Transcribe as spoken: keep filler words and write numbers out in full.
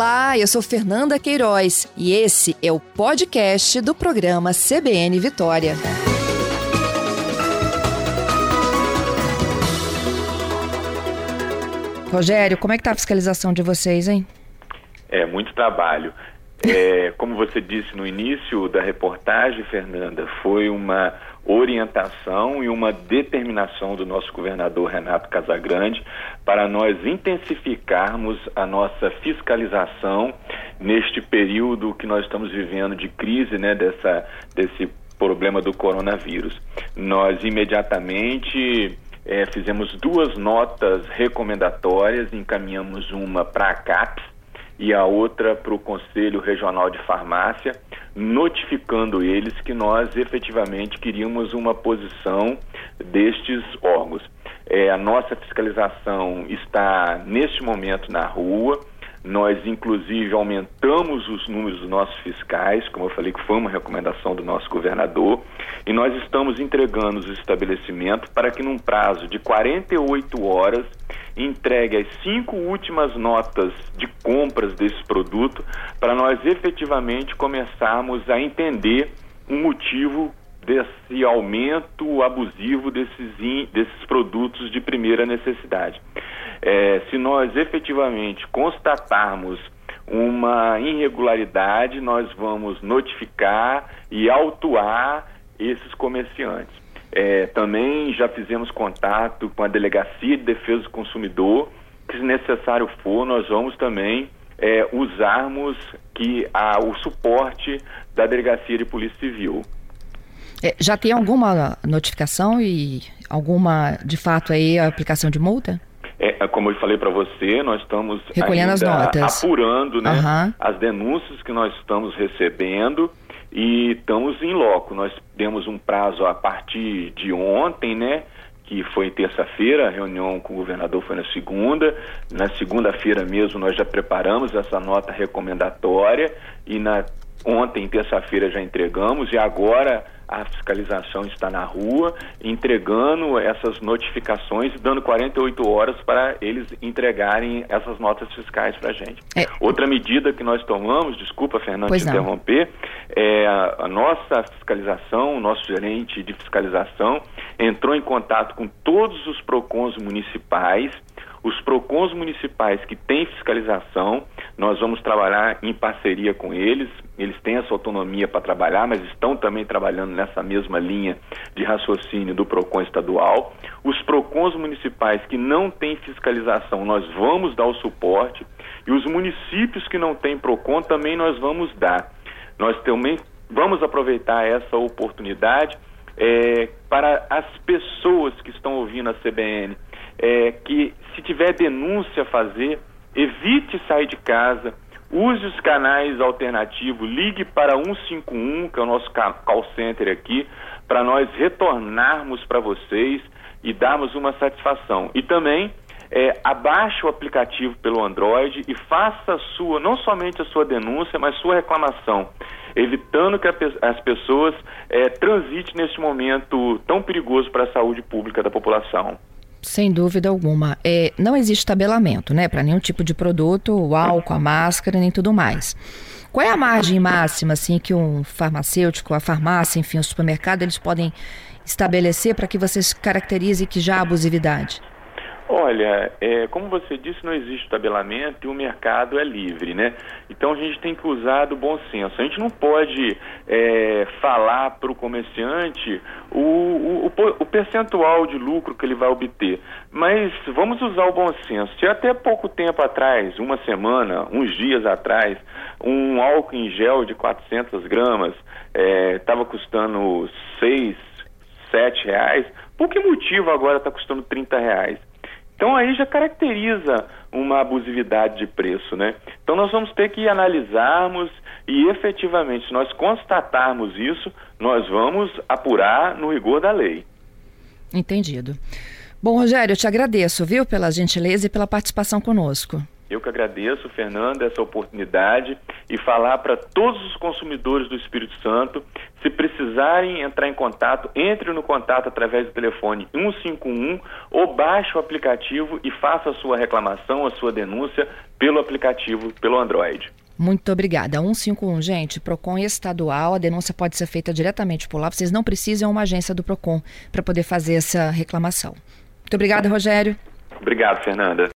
Olá, eu sou Fernanda Queiroz e esse é o podcast do programa C B N Vitória. Rogério, como é que tá a fiscalização de vocês, hein? É, muito trabalho. É, como você disse no início da reportagem, Fernanda, foi uma orientação e uma determinação do nosso governador Renato Casagrande para nós intensificarmos a nossa fiscalização neste período que nós estamos vivendo de crise, né, dessa, desse problema do coronavírus. Nós imediatamente é, fizemos duas notas recomendatórias, encaminhamos uma para a CAPES e a outra para o Conselho Regional de Farmácia, notificando eles que nós efetivamente queríamos uma posição destes órgãos. É, a nossa fiscalização está neste momento na rua. Nós, inclusive, aumentamos os números dos nossos fiscais, como eu falei que foi uma recomendação do nosso governador, e nós estamos entregando os estabelecimentos para que, num prazo de quarenta e oito horas, entregue as cinco últimas notas de compras desse produto, para nós efetivamente começarmos a entender o motivo desse aumento abusivo desses, in, desses produtos de primeira necessidade. É, se nós efetivamente constatarmos uma irregularidade, nós vamos notificar e autuar esses comerciantes. É, também já fizemos contato com a Delegacia de Defesa do Consumidor, que se necessário for, nós vamos também é, usarmos que, a, o suporte da Delegacia de Polícia Civil. É, já tem alguma notificação e alguma, de fato, aí a aplicação de multa? É, como eu falei para você, nós estamos recolhendo as notas, apurando, né, uhum. as denúncias que nós estamos recebendo e estamos em loco. Nós demos um prazo a partir de ontem, né, que foi terça-feira, a reunião com o governador foi na segunda. Na segunda-feira mesmo nós já preparamos essa nota recomendatória e na, ontem, terça-feira, já entregamos e agora a fiscalização está na rua, entregando essas notificações, dando quarenta e oito horas para eles entregarem essas notas fiscais para a gente. É. Outra medida que nós tomamos, desculpa, Fernando, te interromper, é a, a nossa fiscalização, o nosso gerente de fiscalização entrou em contato com todos os PROCONs municipais. Os PROCONs municipais que têm fiscalização, nós vamos trabalhar em parceria com eles, eles têm essa autonomia para trabalhar, mas estão também trabalhando nessa mesma linha de raciocínio do PROCON estadual. Os PROCONs municipais que não têm fiscalização, nós vamos dar o suporte, e os municípios que não têm PROCON também nós vamos dar. Nós também vamos aproveitar essa oportunidade é, para as pessoas que estão ouvindo a C B N, É, que se tiver denúncia a fazer, evite sair de casa, use os canais alternativos, ligue para um cinco um, que é o nosso call center aqui, para nós retornarmos para vocês e darmos uma satisfação. E também é, abaixe o aplicativo pelo Android e faça a sua, não somente a sua denúncia, mas sua reclamação, evitando que a, as pessoas é, transitem neste momento tão perigoso para a saúde pública da população. Sem dúvida alguma. É, não existe tabelamento, né, para nenhum tipo de produto, o álcool, a máscara, nem tudo mais. Qual é a margem máxima, assim, que um farmacêutico, a farmácia, enfim, o supermercado, eles podem estabelecer para que vocês caracterizem que já há abusividade? Olha, é, como você disse, não existe tabelamento e o mercado é livre, né? Então a gente tem que usar do bom senso. A gente não pode é, falar para o comerciante o, o, o percentual de lucro que ele vai obter, mas vamos usar o bom senso. Se até pouco tempo atrás, uma semana, uns dias atrás, um álcool em gel de quatrocentas gramas estava é, custando seis, sete reais, por que motivo agora está custando trinta reais? Então aí já caracteriza uma abusividade de preço, né? Então nós vamos ter que analisarmos e efetivamente, se nós constatarmos isso, nós vamos apurar no rigor da lei. Entendido. Bom, Rogério, eu te agradeço, viu, pela gentileza e pela participação conosco. Eu que agradeço, Fernanda, essa oportunidade e falar para todos os consumidores do Espírito Santo, se precisarem entrar em contato, entre no contato através do telefone um cinco um ou baixe o aplicativo e faça a sua reclamação, a sua denúncia pelo aplicativo, pelo Android. Muito obrigada. um cinco um, gente, PROCON estadual, a denúncia pode ser feita diretamente por lá. Vocês não precisam de uma agência do PROCON para poder fazer essa reclamação. Muito obrigada, Rogério. Obrigado, Fernanda.